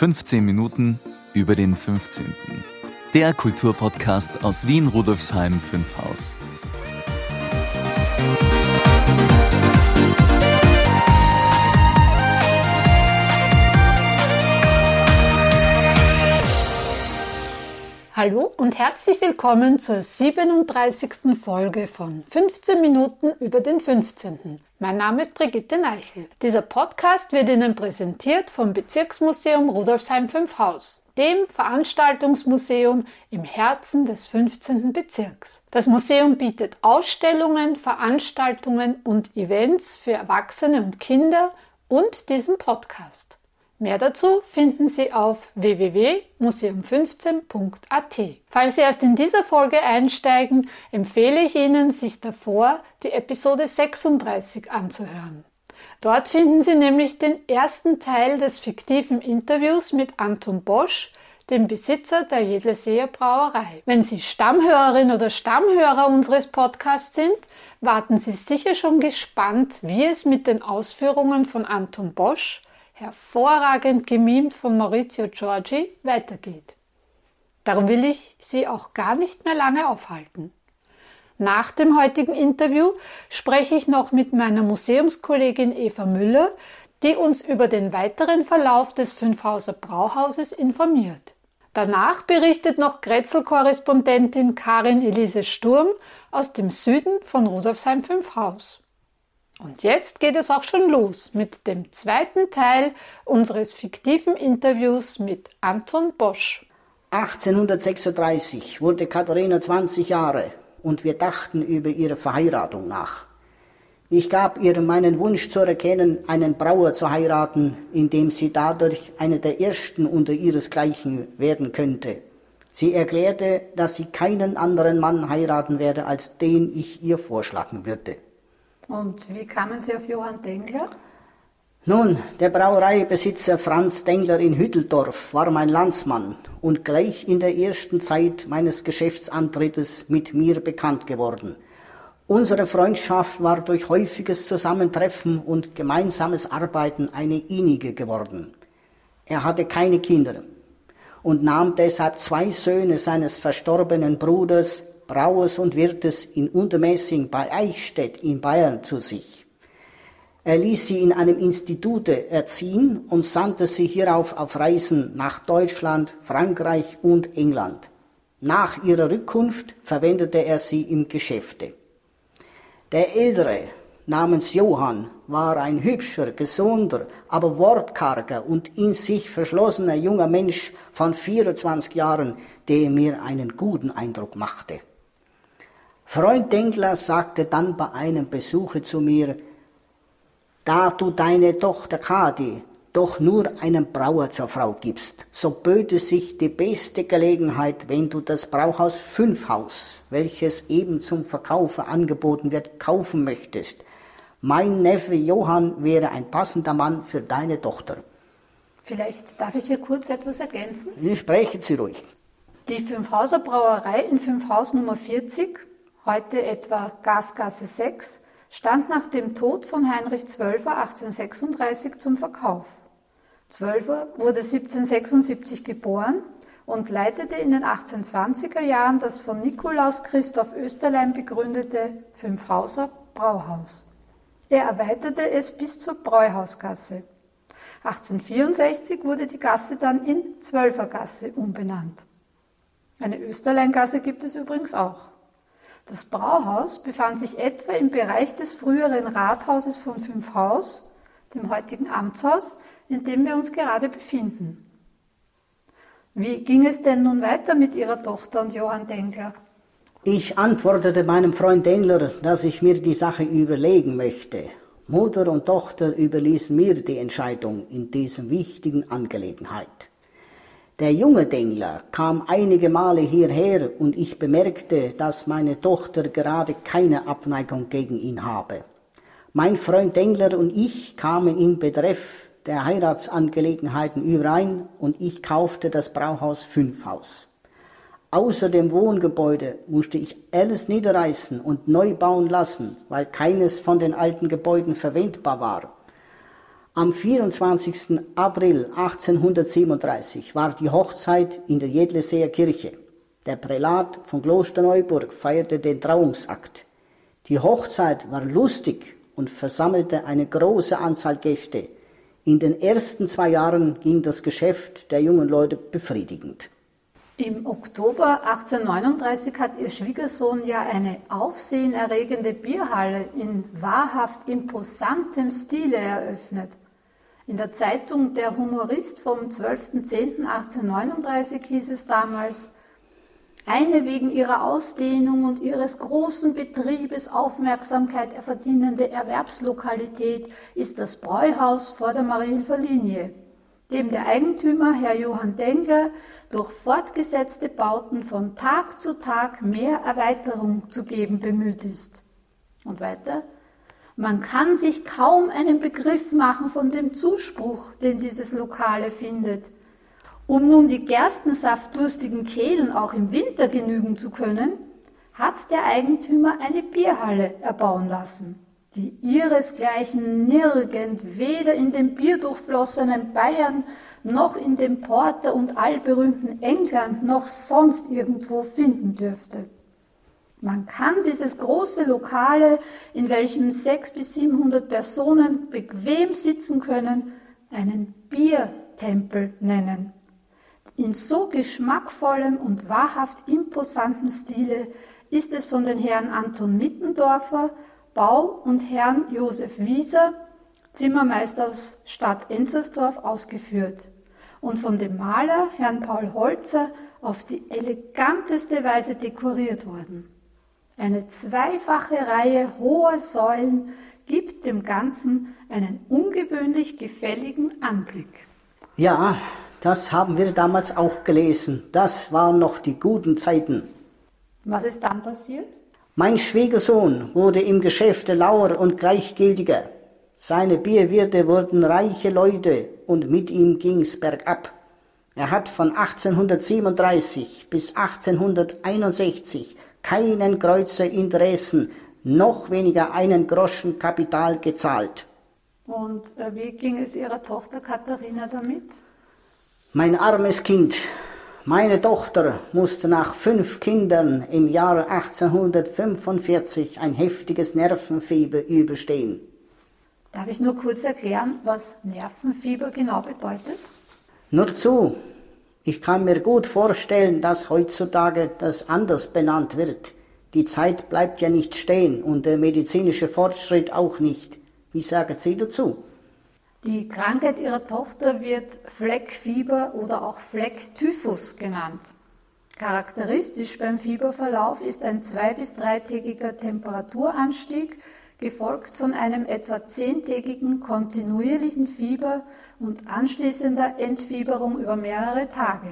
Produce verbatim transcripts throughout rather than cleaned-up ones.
fünfzehn Minuten über den fünfzehnten. Der Kulturpodcast aus Wien Rudolfsheim fünf Haus. Hallo und herzlich willkommen zur siebenunddreißigsten Folge von fünfzehn Minuten über den fünfzehnten. Mein Name ist Brigitte Neichel. Dieser Podcast wird Ihnen präsentiert vom Bezirksmuseum Rudolfsheim fünf Haus, dem Veranstaltungsmuseum im Herzen des fünfzehnten Bezirks. Das Museum bietet Ausstellungen, Veranstaltungen und Events für Erwachsene und Kinder und diesen Podcast. Mehr dazu finden Sie auf w w w punkt museum fünfzehn punkt a t. Falls Sie erst in dieser Folge einsteigen, empfehle ich Ihnen, sich davor die Episode sechsunddreißig anzuhören. Dort finden Sie nämlich den ersten Teil des fiktiven Interviews mit Anton Bosch, dem Besitzer der Jedleseer Brauerei. Wenn Sie Stammhörerin oder Stammhörer unseres Podcasts sind, warten Sie sicher schon gespannt, wie es mit den Ausführungen von Anton Bosch, hervorragend gemimt von Maurizio Giorgi, weitergeht. Darum will ich Sie auch gar nicht mehr lange aufhalten. Nach dem heutigen Interview spreche ich noch mit meiner Museumskollegin Eva Müller, die uns über den weiteren Verlauf des Fünfhauser Brauhauses informiert. Danach berichtet noch Grätzl-Korrespondentin Karin Elise Sturm aus dem Süden von Rudolfsheim fünf Haus. Und jetzt geht es auch schon los mit dem zweiten Teil unseres fiktiven Interviews mit Anton Bosch. achtzehnhundertsechsunddreißig wurde Katharina zwanzig Jahre und wir dachten über ihre Verheiratung nach. Ich gab ihr meinen Wunsch zu erkennen, einen Brauer zu heiraten, indem sie dadurch eine der ersten unter ihresgleichen werden könnte. Sie erklärte, dass sie keinen anderen Mann heiraten werde, als den ich ihr vorschlagen würde. Und wie kamen Sie auf Johann Dengler? Nun, der Brauereibesitzer Franz Dengler in Hütteldorf war mein Landsmann und gleich in der ersten Zeit meines Geschäftsantrittes mit mir bekannt geworden. Unsere Freundschaft war durch häufiges Zusammentreffen und gemeinsames Arbeiten eine innige geworden. Er hatte keine Kinder und nahm deshalb zwei Söhne seines verstorbenen Bruders, Brauers und Wirtes in Untermessing bei Eichstätt in Bayern zu sich. Er ließ sie in einem Institute erziehen und sandte sie hierauf auf Reisen nach Deutschland, Frankreich und England. Nach ihrer Rückkunft verwendete er sie im Geschäfte. Der Ältere, namens Johann, war ein hübscher, gesunder, aber wortkarger und in sich verschlossener junger Mensch von vierundzwanzig Jahren, der mir einen guten Eindruck machte. Freund Dengler sagte dann bei einem Besuche zu mir, da du deine Tochter Kadi doch nur einem Brauer zur Frau gibst, so böte sich die beste Gelegenheit, wenn du das Brauhaus fünf Haus, welches eben zum Verkaufe angeboten wird, kaufen möchtest. Mein Neffe Johann wäre ein passender Mann für deine Tochter. Vielleicht darf ich hier kurz etwas ergänzen? Sprechen Sie ruhig. Die Fünfhauser Brauerei in Fünfhaus Nummer vierzig, heute etwa Gasgasse sechs, stand nach dem Tod von Heinrich Zwölfer achtzehnhundertsechsunddreißig zum Verkauf. Zwölfer wurde siebzehnhundertsechsundsiebzig geboren und leitete in den achtzehnhundertzwanziger Jahren das von Nikolaus Christoph Österlein begründete Fünfhauser Brauhaus. Er erweiterte es bis zur Bräuhausgasse. achtzehnhundertvierundsechzig wurde die Gasse dann in Zwölfergasse umbenannt. Eine Österleingasse gibt es übrigens auch. Das Brauhaus befand sich etwa im Bereich des früheren Rathauses von Fünfhaus, dem heutigen Amtshaus, in dem wir uns gerade befinden. Wie ging es denn nun weiter mit Ihrer Tochter und Johann Dengler? Ich antwortete meinem Freund Dengler, dass ich mir die Sache überlegen möchte. Mutter und Tochter überließen mir die Entscheidung in dieser wichtigen Angelegenheit. Der junge Dengler kam einige Male hierher und ich bemerkte, dass meine Tochter gerade keine Abneigung gegen ihn habe. Mein Freund Dengler und ich kamen in Betreff der Heiratsangelegenheiten überein und ich kaufte das Brauhaus fünf Haus. Außer dem Wohngebäude musste ich alles niederreißen und neu bauen lassen, weil keines von den alten Gebäuden verwendbar war. Am vierundzwanzigsten April achtzehnhundertsiebenunddreißig war die Hochzeit in der Jedleseer Kirche. Der Prälat von Klosterneuburg feierte den Trauungsakt. Die Hochzeit war lustig und versammelte eine große Anzahl Gäste. In den ersten zwei Jahren ging das Geschäft der jungen Leute befriedigend. Im Oktober achtzehnhundertneununddreißig hat ihr Schwiegersohn ja eine aufsehenerregende Bierhalle in wahrhaft imposantem Stile eröffnet. In der Zeitung Der Humorist vom zwölften zehnten achtzehnhundertneununddreißig hieß es damals: Eine wegen ihrer Ausdehnung und ihres großen Betriebes Aufmerksamkeit verdienende Erwerbslokalität ist das Bräuhaus vor der Mariahilfer Linie, dem der Eigentümer, Herr Johann Dengler, durch fortgesetzte Bauten von Tag zu Tag mehr Erweiterung zu geben bemüht ist. Und weiter: Man kann sich kaum einen Begriff machen von dem Zuspruch, den dieses Lokale findet. Um nun die gerstensaftdurstigen Kehlen auch im Winter genügen zu können, hat der Eigentümer eine Bierhalle erbauen lassen, die ihresgleichen nirgend, weder in dem bierdurchflossenen Bayern noch in dem Porter und allberühmten England noch sonst irgendwo finden dürfte. Man kann dieses große Lokale, in welchem sechs bis siebenhundert Personen bequem sitzen können, einen Biertempel nennen. In so geschmackvollem und wahrhaft imposantem Stile ist es von den Herren Anton Mittendorfer, Bau, und Herrn Josef Wieser, Zimmermeister aus Stadt Enzersdorf, ausgeführt und von dem Maler, Herrn Paul Holzer, auf die eleganteste Weise dekoriert worden. Eine zweifache Reihe hoher Säulen gibt dem Ganzen einen ungewöhnlich gefälligen Anblick. Ja, das haben wir damals auch gelesen. Das waren noch die guten Zeiten. Was ist dann passiert? Mein Schwiegersohn wurde im Geschäfte lauer und gleichgültiger. Seine Bierwirte wurden reiche Leute und mit ihm ging's bergab. Er hat von achtzehnhundertsiebenunddreißig bis achtzehnhunderteinundsechzig keinen Kreuzer in Dresden, noch weniger einen Groschen Kapital gezahlt. Und äh, wie ging es Ihrer Tochter Katharina damit? Mein armes Kind, meine Tochter musste nach fünf Kindern im Jahre achtzehnhundertfünfundvierzig ein heftiges Nervenfieber überstehen. Darf ich nur kurz erklären, was Nervenfieber genau bedeutet? Nur zu. Ich kann mir gut vorstellen, dass heutzutage das anders benannt wird. Die Zeit bleibt ja nicht stehen und der medizinische Fortschritt auch nicht. Wie sagen Sie dazu? Die Krankheit ihrer Tochter wird Fleckfieber oder auch Flecktyphus genannt. Charakteristisch beim Fieberverlauf ist ein zwei- bis dreitägiger Temperaturanstieg, gefolgt von einem etwa zehntägigen kontinuierlichen Fieber und anschließender Entfieberung über mehrere Tage.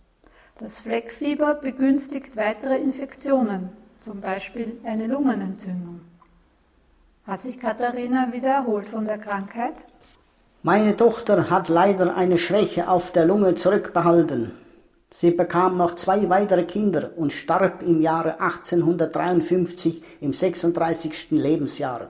Das Fleckfieber begünstigt weitere Infektionen, zum Beispiel eine Lungenentzündung. Hat sich Katharina wieder erholt von der Krankheit? Meine Tochter hat leider eine Schwäche auf der Lunge zurückbehalten. Sie bekam noch zwei weitere Kinder und starb im Jahre achtzehnhundertdreiundfünfzig im sechsunddreißigsten Lebensjahr.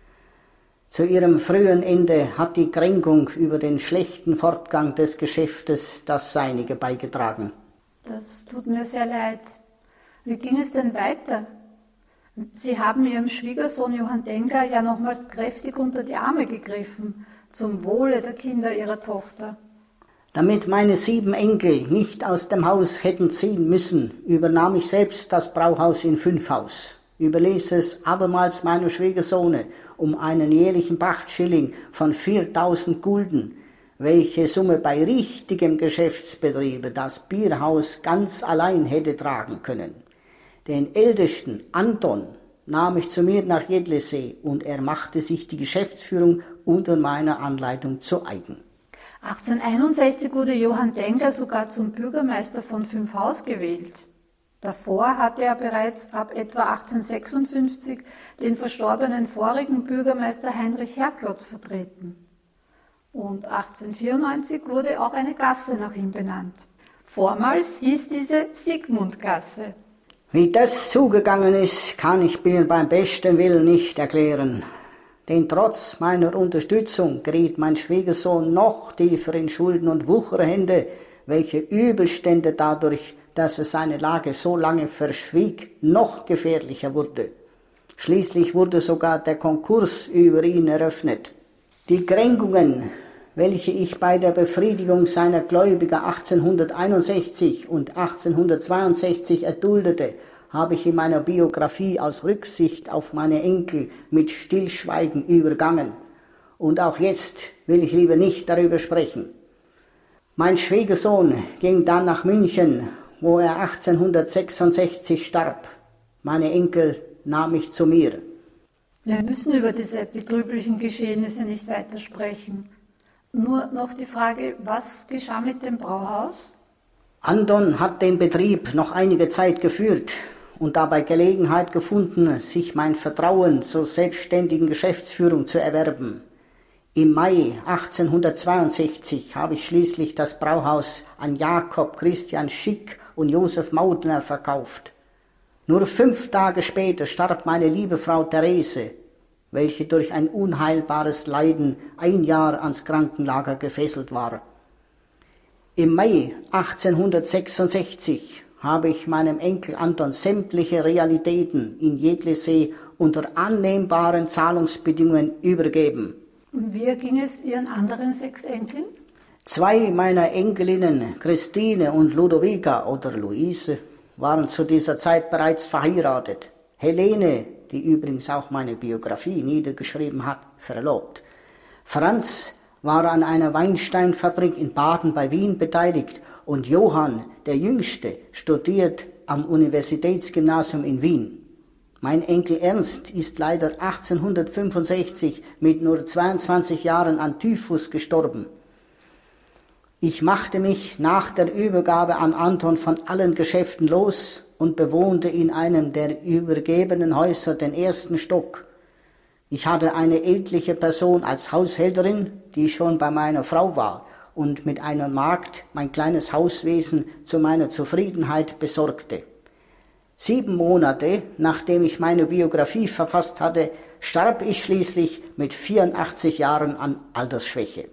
Zu ihrem frühen Ende hat die Kränkung über den schlechten Fortgang des Geschäftes das Seinige beigetragen. Das tut mir sehr leid. Wie ging es denn weiter? Sie haben Ihrem Schwiegersohn Johann Dengler ja nochmals kräftig unter die Arme gegriffen, zum Wohle der Kinder Ihrer Tochter. Damit meine sieben Enkel nicht aus dem Haus hätten ziehen müssen, übernahm ich selbst das Brauhaus in Fünfhaus, überließ es abermals meinem Schwiegersohne um einen jährlichen Pachtschilling von viertausend Gulden, welche Summe bei richtigem Geschäftsbetriebe das Bierhaus ganz allein hätte tragen können. Den Ältesten, Anton, nahm ich zu mir nach Jedlesee und er machte sich die Geschäftsführung unter meiner Anleitung zu eigen. achtzehnhunderteinundsechzig wurde Johann Dengler sogar zum Bürgermeister von Fünfhaus gewählt. Davor hatte er bereits ab etwa achtzehnhundertsechsundfünfzig den verstorbenen vorigen Bürgermeister Heinrich Herklotz vertreten. Und achtzehnhundertvierundneunzig wurde auch eine Gasse nach ihm benannt. Vormals hieß diese Sigmundgasse. Wie das zugegangen ist, kann ich mir beim besten Willen nicht erklären. Denn trotz meiner Unterstützung geriet mein Schwiegersohn noch tiefer in Schulden und Wucherhände, welche Übelstände dadurch, dass er seine Lage so lange verschwieg, noch gefährlicher wurde. Schließlich wurde sogar der Konkurs über ihn eröffnet. Die Kränkungen, welche ich bei der Befriedigung seiner Gläubiger achtzehnhunderteinundsechzig und achtzehnhundertzweiundsechzig erduldete, habe ich in meiner Biografie aus Rücksicht auf meine Enkel mit Stillschweigen übergangen. Und auch jetzt will ich lieber nicht darüber sprechen. Mein Schwiegersohn ging dann nach München, wo er achtzehnhundertsechsundsechzig starb. Meine Enkel nahm ich zu mir. Wir müssen über diese betrüblichen Geschehnisse nicht weiter sprechen. Nur noch die Frage, was geschah mit dem Brauhaus? Anton hat den Betrieb noch einige Zeit geführt und dabei Gelegenheit gefunden, sich mein Vertrauen zur selbstständigen Geschäftsführung zu erwerben. Im Mai achtzehnhundertzweiundsechzig habe ich schließlich das Brauhaus an Jakob Christian Schick und Josef Mautner verkauft. Nur fünf Tage später starb meine liebe Frau Therese, welche durch ein unheilbares Leiden ein Jahr ans Krankenlager gefesselt war. Im Mai achtzehnhundertsechsundsechzig habe ich meinem Enkel Anton sämtliche Realitäten in Jedlesee unter annehmbaren Zahlungsbedingungen übergeben. Und wie ging es Ihren anderen sechs Enkeln? Zwei meiner Enkelinnen, Christine und Ludovica oder Luise, waren zu dieser Zeit bereits verheiratet. Helene, die übrigens auch meine Biografie niedergeschrieben hat, verlobt. Franz war an einer Weinsteinfabrik in Baden bei Wien beteiligt und Johann, der Jüngste, studiert am Universitätsgymnasium in Wien. Mein Enkel Ernst ist leider achtzehnhundertfünfundsechzig mit nur zweiundzwanzig Jahren an Typhus gestorben. Ich machte mich nach der Übergabe an Anton von allen Geschäften los und bewohnte in einem der übergebenen Häuser den ersten Stock. Ich hatte eine ältliche Person als Haushälterin, die schon bei meiner Frau war und mit einer Magd mein kleines Hauswesen zu meiner Zufriedenheit besorgte. Sieben Monate, nachdem ich meine Biografie verfasst hatte, starb ich schließlich mit vierundachtzig Jahren an Altersschwäche.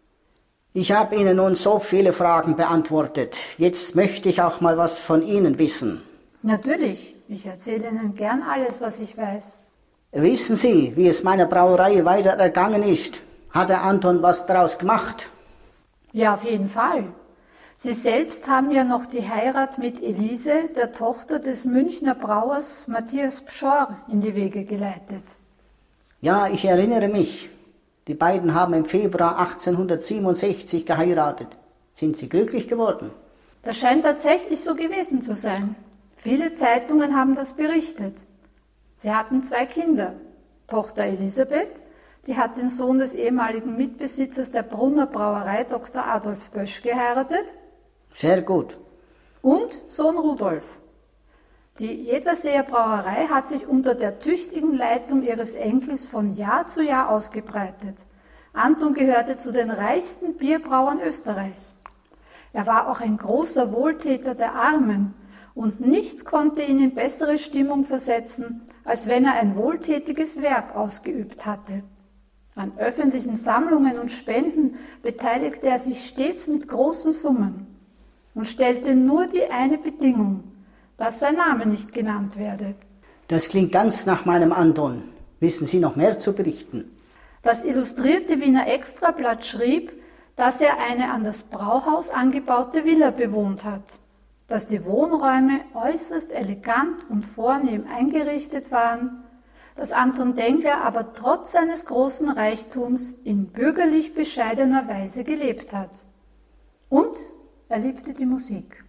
Ich habe Ihnen nun so viele Fragen beantwortet. Jetzt möchte ich auch mal was von Ihnen wissen. Natürlich, ich erzähle Ihnen gern alles, was ich weiß. Wissen Sie, wie es meiner Brauerei weiter ergangen ist? Hat der Anton was daraus gemacht? Ja, auf jeden Fall. Sie selbst haben ja noch die Heirat mit Elise, der Tochter des Münchner Brauers Matthias Pschorr, in die Wege geleitet. Ja, ich erinnere mich. Die beiden haben im Februar achtzehnhundertsiebenundsechzig geheiratet. Sind sie glücklich geworden? Das scheint tatsächlich so gewesen zu sein. Viele Zeitungen haben das berichtet. Sie hatten zwei Kinder. Tochter Elisabeth, die hat den Sohn des ehemaligen Mitbesitzers der Brunner Brauerei, Doktor Adolf Bösch, geheiratet. Sehr gut. Und Sohn Rudolf. Die Jedlerseer Brauerei hat sich unter der tüchtigen Leitung ihres Enkels von Jahr zu Jahr ausgebreitet. Anton gehörte zu den reichsten Bierbrauern Österreichs. Er war auch ein großer Wohltäter der Armen und nichts konnte ihn in bessere Stimmung versetzen, als wenn er ein wohltätiges Werk ausgeübt hatte. An öffentlichen Sammlungen und Spenden beteiligte er sich stets mit großen Summen und stellte nur die eine Bedingung, dass sein Name nicht genannt werde. Das klingt ganz nach meinem Anton. Wissen Sie noch mehr zu berichten? Das illustrierte Wiener Extrablatt schrieb, dass er eine an das Brauhaus angebaute Villa bewohnt hat, dass die Wohnräume äußerst elegant und vornehm eingerichtet waren, dass Anton Dengler aber trotz seines großen Reichtums in bürgerlich bescheidener Weise gelebt hat. Und er liebte die Musik.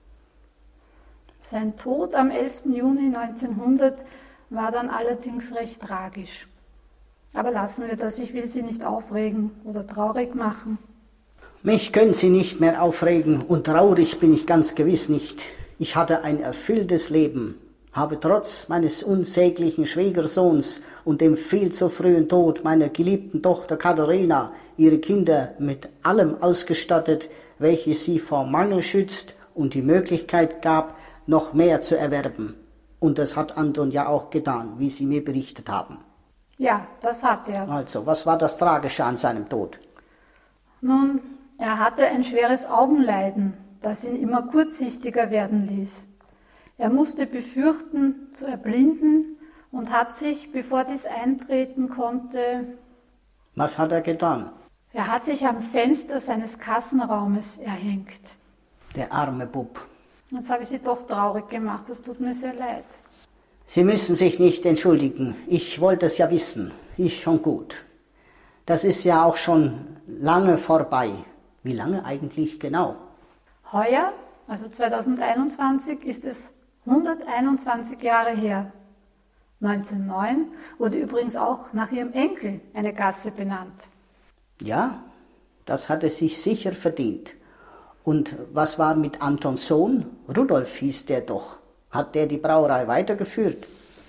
Sein Tod am elften Juni neunzehnhundert war dann allerdings recht tragisch. Aber lassen wir das, ich will Sie nicht aufregen oder traurig machen. Mich können Sie nicht mehr aufregen und traurig bin ich ganz gewiss nicht. Ich hatte ein erfülltes Leben, habe trotz meines unsäglichen Schwiegersohns und dem viel zu frühen Tod meiner geliebten Tochter Katharina ihre Kinder mit allem ausgestattet, welches sie vor Mangel schützt und die Möglichkeit gab, noch mehr zu erwerben. Und das hat Anton ja auch getan, wie Sie mir berichtet haben. Ja, das hat er. Also, was war das Tragische an seinem Tod? Nun, er hatte ein schweres Augenleiden, das ihn immer kurzsichtiger werden ließ. Er musste befürchten, zu erblinden und hat sich, bevor dies eintreten konnte, Was hat er getan? er hat sich am Fenster seines Kassenraumes erhängt. Der arme Bub. Jetzt habe ich Sie doch traurig gemacht, das tut mir sehr leid. Sie müssen sich nicht entschuldigen. Ich wollte es ja wissen. Ist schon gut. Das ist ja auch schon lange vorbei. Wie lange eigentlich genau? Heuer, also zweitausendeinundzwanzig, ist es hunderteinundzwanzig Jahre her. neunzehnhundertneun wurde übrigens auch nach ihrem Enkel eine Gasse benannt. Ja, das hat es sich sicher verdient. Und was war mit Antons Sohn? Rudolf hieß der doch. Hat der die Brauerei weitergeführt?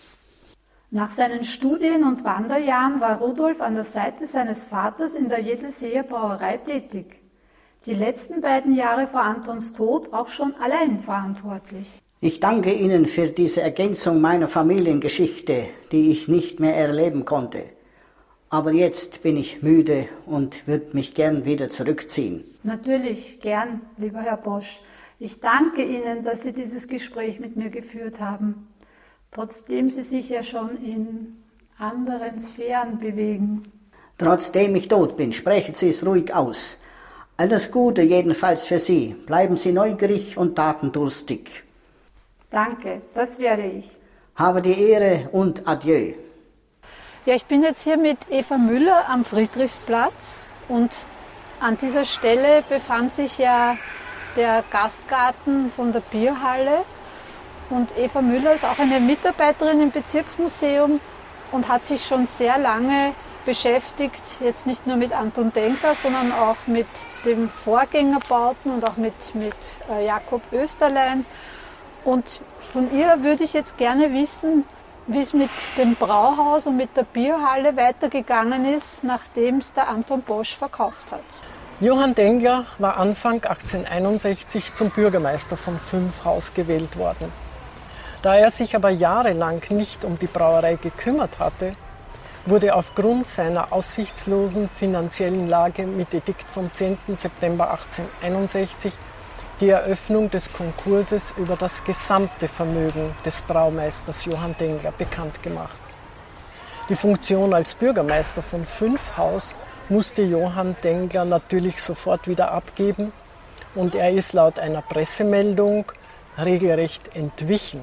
Nach seinen Studien- und Wanderjahren war Rudolf an der Seite seines Vaters in der Jedleseer Brauerei tätig. Die letzten beiden Jahre vor Antons Tod auch schon allein verantwortlich. Ich danke Ihnen für diese Ergänzung meiner Familiengeschichte, die ich nicht mehr erleben konnte. Aber jetzt bin ich müde und würde mich gern wieder zurückziehen. Natürlich, gern, lieber Herr Bosch. Ich danke Ihnen, dass Sie dieses Gespräch mit mir geführt haben, trotzdem Sie sich ja schon in anderen Sphären bewegen. Trotzdem ich tot bin, sprechen Sie es ruhig aus. Alles Gute jedenfalls für Sie. Bleiben Sie neugierig und tatendurstig. Danke, das werde ich. Habe die Ehre und adieu. Ja, ich bin jetzt hier mit Eva Müller am Friedrichsplatz und an dieser Stelle befand sich ja der Gastgarten von der Bierhalle. Und Eva Müller ist auch eine Mitarbeiterin im Bezirksmuseum und hat sich schon sehr lange beschäftigt, jetzt nicht nur mit Anton Dengler, sondern auch mit den Vorgängerbauten und auch mit, mit äh, Jakob Österlein. Und von ihr würde ich jetzt gerne wissen, wie es mit dem Brauhaus und mit der Bierhalle weitergegangen ist, nachdem es der Anton Bosch verkauft hat. Johann Dengler war Anfang achtzehnhunderteinundsechzig zum Bürgermeister von Fünfhaus gewählt worden. Da er sich aber jahrelang nicht um die Brauerei gekümmert hatte, wurde aufgrund seiner aussichtslosen finanziellen Lage mit Edikt vom zehnten September achtzehnhunderteinundsechzig die Eröffnung des Konkurses über das gesamte Vermögen des Braumeisters Johann Dengler bekannt gemacht. Die Funktion als Bürgermeister von Fünfhaus musste Johann Dengler natürlich sofort wieder abgeben und er ist laut einer Pressemeldung regelrecht entwichen.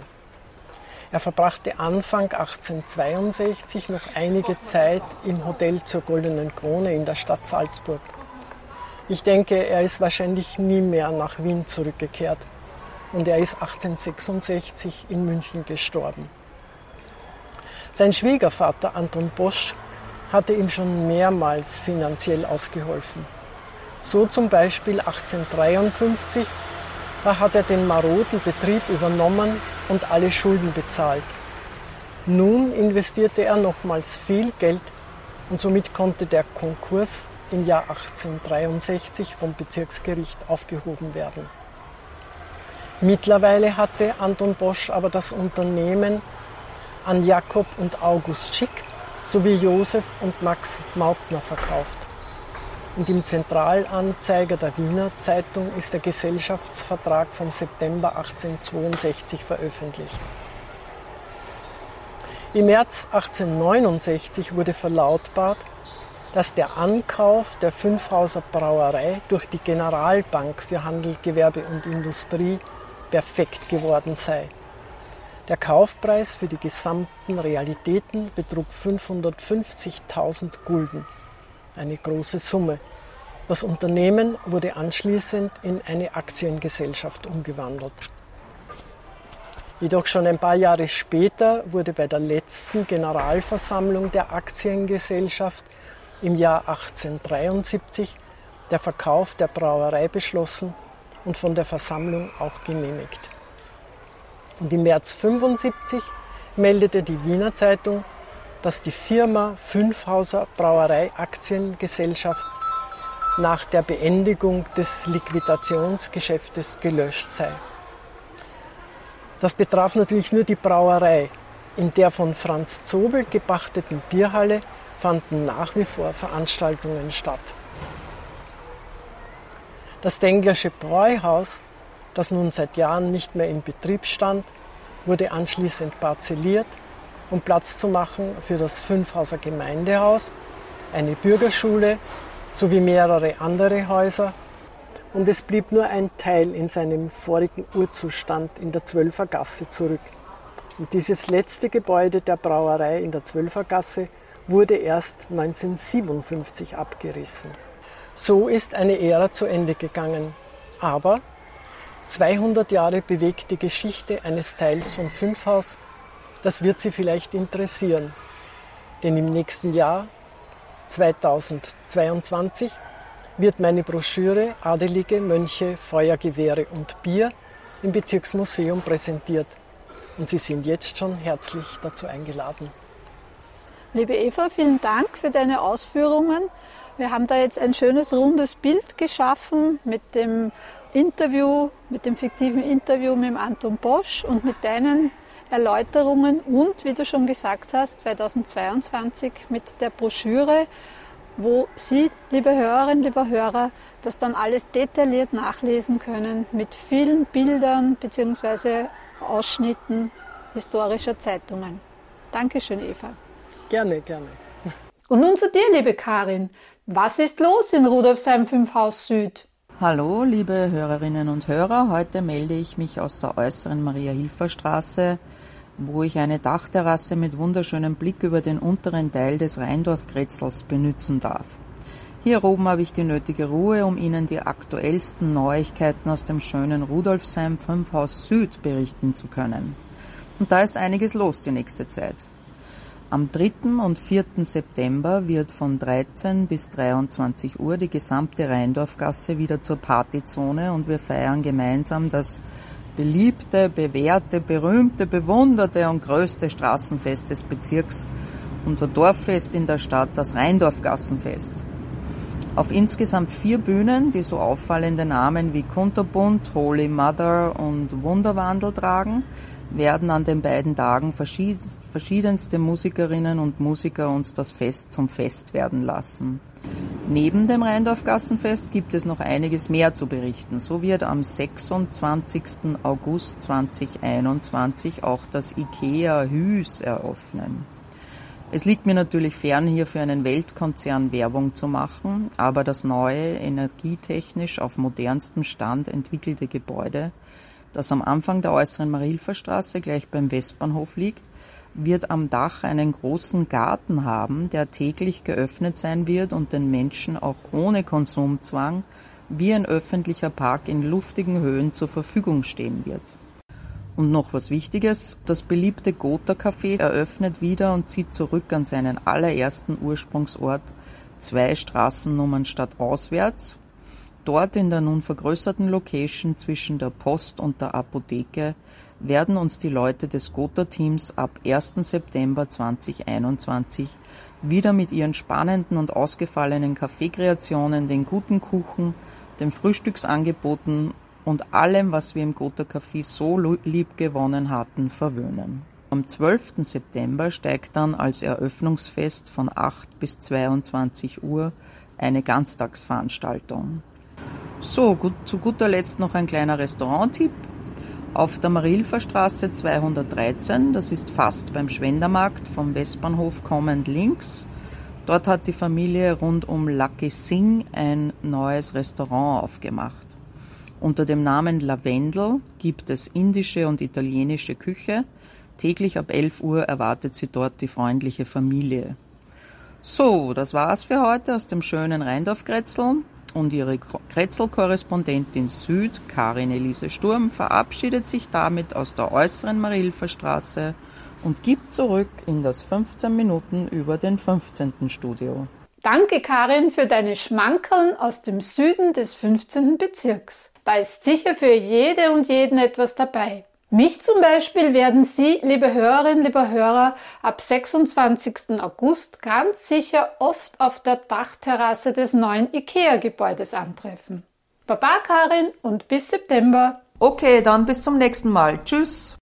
Er verbrachte Anfang achtzehnhundertzweiundsechzig noch einige Zeit im Hotel zur Goldenen Krone in der Stadt Salzburg. Ich denke, er ist wahrscheinlich nie mehr nach Wien zurückgekehrt und er ist achtzehnhundertsechsundsechzig in München gestorben. Sein Schwiegervater Anton Bosch hatte ihm schon mehrmals finanziell ausgeholfen. So zum Beispiel achtzehnhundertdreiundfünfzig, da hat er den maroden Betrieb übernommen und alle Schulden bezahlt. Nun investierte er nochmals viel Geld und somit konnte der Konkurs im Jahr achtzehnhundertdreiundsechzig vom Bezirksgericht aufgehoben werden. Mittlerweile hatte Anton Bosch aber das Unternehmen an Jakob und August Schick sowie Josef und Max Mautner verkauft. Und im Zentralanzeiger der Wiener Zeitung ist der Gesellschaftsvertrag vom September achtzehnhundertzweiundsechzig veröffentlicht. Im März achtzehnhundertneunundsechzig wurde verlautbart, dass der Ankauf der Fünfhauser Brauerei durch die Generalbank für Handel, Gewerbe und Industrie perfekt geworden sei. Der Kaufpreis für die gesamten Realitäten betrug fünfhundertfünfzigtausend Gulden, eine große Summe. Das Unternehmen wurde anschließend in eine Aktiengesellschaft umgewandelt. Jedoch schon ein paar Jahre später wurde bei der letzten Generalversammlung der Aktiengesellschaft im Jahr achtzehnhundertdreiundsiebzig der Verkauf der Brauerei beschlossen und von der Versammlung auch genehmigt. Und im März fünfundsiebzig meldete die Wiener Zeitung, dass die Firma Fünfhauser Brauerei Aktiengesellschaft nach der Beendigung des Liquidationsgeschäftes gelöscht sei. Das betraf natürlich nur die Brauerei. In der von Franz Zobel gepachteten Bierhalle fanden nach wie vor Veranstaltungen statt. Das Denglersche Bräuhaus, das nun seit Jahren nicht mehr in Betrieb stand, wurde anschließend parzelliert, um Platz zu machen für das Fünfhauser Gemeindehaus, eine Bürgerschule sowie mehrere andere Häuser. Und es blieb nur ein Teil in seinem vorigen Urzustand in der Zwölfergasse zurück. Und dieses letzte Gebäude der Brauerei in der Zwölfergasse wurde erst neunzehnhundertsiebenundfünfzig abgerissen. So ist eine Ära zu Ende gegangen. Aber zweihundert Jahre bewegt die Geschichte eines Teils von Fünfhaus. Das wird Sie vielleicht interessieren. Denn im nächsten Jahr, zweitausendzweiundzwanzig, wird meine Broschüre Adelige, Mönche, Feuergewehre und Bier im Bezirksmuseum präsentiert. Und Sie sind jetzt schon herzlich dazu eingeladen. Liebe Eva, vielen Dank für deine Ausführungen. Wir haben da jetzt ein schönes, rundes Bild geschaffen mit dem Interview, mit dem fiktiven Interview mit dem Anton Bosch und mit deinen Erläuterungen und, wie du schon gesagt hast, zweitausendzweiundzwanzig mit der Broschüre, wo Sie, liebe Hörerinnen, lieber Hörer, das dann alles detailliert nachlesen können mit vielen Bildern bzw. Ausschnitten historischer Zeitungen. Dankeschön, Eva. Gerne, gerne. Und nun zu dir, liebe Karin. Was ist los in Rudolfsheim fünf Haus Süd? Hallo, liebe Hörerinnen und Hörer. Heute melde ich mich aus der äußeren Maria-Hilfer-Straße, wo ich eine Dachterrasse mit wunderschönem Blick über den unteren Teil des Rheindorf-Kretzels benützen darf. Hier oben habe ich die nötige Ruhe, um Ihnen die aktuellsten Neuigkeiten aus dem schönen Rudolfsheim fünf Haus Süd berichten zu können. Und da ist einiges los die nächste Zeit. Am dritten und vierten September wird von dreizehn bis dreiundzwanzig Uhr die gesamte Rheindorfgasse wieder zur Partyzone und wir feiern gemeinsam das beliebte, bewährte, berühmte, bewunderte und größte Straßenfest des Bezirks, unser Dorffest in der Stadt, das Rheindorfgassenfest. Auf insgesamt vier Bühnen, die so auffallende Namen wie Kunterbunt, Holy Mother und Wunderwandel tragen, werden an den beiden Tagen verschiedenste Musikerinnen und Musiker uns das Fest zum Fest werden lassen. Neben dem Rheindorfgassenfest gibt es noch einiges mehr zu berichten. So wird am sechsundzwanzigsten August zweitausendeinundzwanzig auch das IKEA Hüs eröffnen. Es liegt mir natürlich fern, hier für einen Weltkonzern Werbung zu machen, aber das neue, energietechnisch auf modernstem Stand entwickelte Gebäude, das am Anfang der äußeren Maria-Hilfer-Straße gleich beim Westbahnhof liegt, wird am Dach einen großen Garten haben, der täglich geöffnet sein wird und den Menschen auch ohne Konsumzwang wie ein öffentlicher Park in luftigen Höhen zur Verfügung stehen wird. Und noch was Wichtiges, das beliebte Gotha-Café eröffnet wieder und zieht zurück an seinen allerersten Ursprungsort, zwei Straßennummern stadtauswärts. Dort in der nun vergrößerten Location zwischen der Post und der Apotheke werden uns die Leute des Gotha-Teams ab ersten September zweitausendeinundzwanzig wieder mit ihren spannenden und ausgefallenen Kaffeekreationen, den guten Kuchen, den Frühstücksangeboten und allem, was wir im Gotha-Café so lieb gewonnen hatten, verwöhnen. Am zwölften September steigt dann als Eröffnungsfest von acht bis zweiundzwanzig Uhr eine Ganztagsveranstaltung. So, gut, zu guter Letzt noch ein kleiner Restauranttipp. Auf der Maria-Hilfer-Straße zweihundertdreizehn, das ist fast beim Schwendermarkt vom Westbahnhof kommend links. Dort hat die Familie rund um Lucky Singh ein neues Restaurant aufgemacht. Unter dem Namen Lavendel gibt es indische und italienische Küche. Täglich ab elf Uhr erwartet sie dort die freundliche Familie. So, das war's für heute aus dem schönen Rheindorf-Kretzel. Und ihre Kretzel-Korrespondentin Süd, Karin Elise Sturm, verabschiedet sich damit aus der äußeren Maria-Hilfer-Straße und gibt zurück in das fünfzehn Minuten über den fünfzehnten Studio. Danke, Karin, für deine Schmankerln aus dem Süden des fünfzehnten Bezirks. Da ist sicher für jede und jeden etwas dabei. Mich zum Beispiel werden Sie, liebe Hörerinnen, lieber Hörer, ab sechsundzwanzigsten August ganz sicher oft auf der Dachterrasse des neuen IKEA-Gebäudes antreffen. Baba, Karin, und bis September. Okay, dann bis zum nächsten Mal. Tschüss.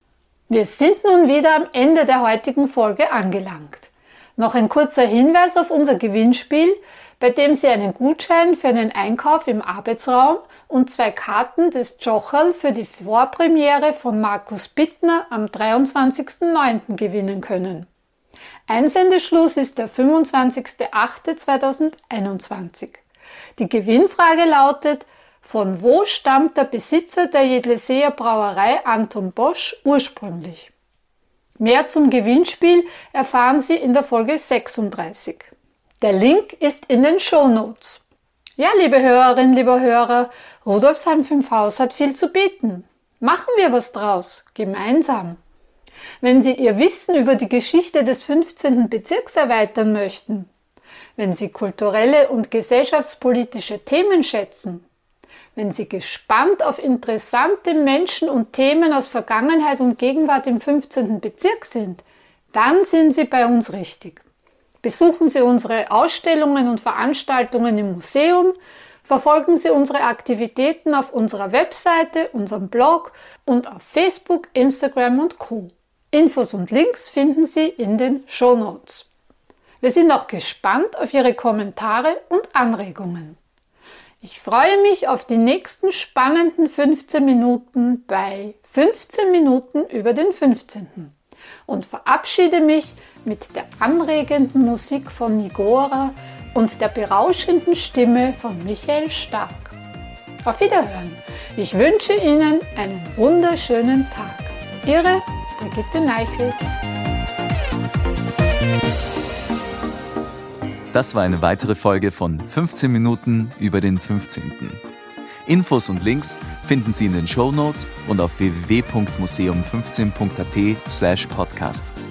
Wir sind nun wieder am Ende der heutigen Folge angelangt. Noch ein kurzer Hinweis auf unser Gewinnspiel, bei dem Sie einen Gutschein für einen Einkauf im Arbeitsraum und zwei Karten des Tschocherl für die Vorpremiere von Markus Bittner am dreiundzwanzigsten neunten gewinnen können. Einsendeschluss ist der fünfundzwanzigster achter zweitausendeinundzwanzig. Die Gewinnfrage lautet: Von wo stammt der Besitzer der Jedleseer Brauerei Anton Bosch ursprünglich? Mehr zum Gewinnspiel erfahren Sie in der Folge sechsunddreißig. Der Link ist in den Shownotes. Ja, liebe Hörerinnen, lieber Hörer, Rudolfsheim fünf Haus hat viel zu bieten. Machen wir was draus, gemeinsam. Wenn Sie Ihr Wissen über die Geschichte des fünfzehnten Bezirks erweitern möchten, wenn Sie kulturelle und gesellschaftspolitische Themen schätzen, wenn Sie gespannt auf interessante Menschen und Themen aus Vergangenheit und Gegenwart im fünfzehnten Bezirk sind, dann sind Sie bei uns richtig. Besuchen Sie unsere Ausstellungen und Veranstaltungen im Museum, verfolgen Sie unsere Aktivitäten auf unserer Webseite, unserem Blog und auf Facebook, Instagram und Co. Infos und Links finden Sie in den Shownotes. Wir sind auch gespannt auf Ihre Kommentare und Anregungen. Ich freue mich auf die nächsten spannenden fünfzehn Minuten bei fünfzehn Minuten über den fünfzehnten und verabschiede mich mit der anregenden Musik von Nigora und der berauschenden Stimme von Michael Stark. Auf Wiederhören. Ich wünsche Ihnen einen wunderschönen Tag. Ihre Brigitte Neichel. Das war eine weitere Folge von fünfzehn Minuten über den fünfzehnten. Infos und Links finden Sie in den Shownotes und auf w w w punkt museum fünfzehn punkt a t slash podcast.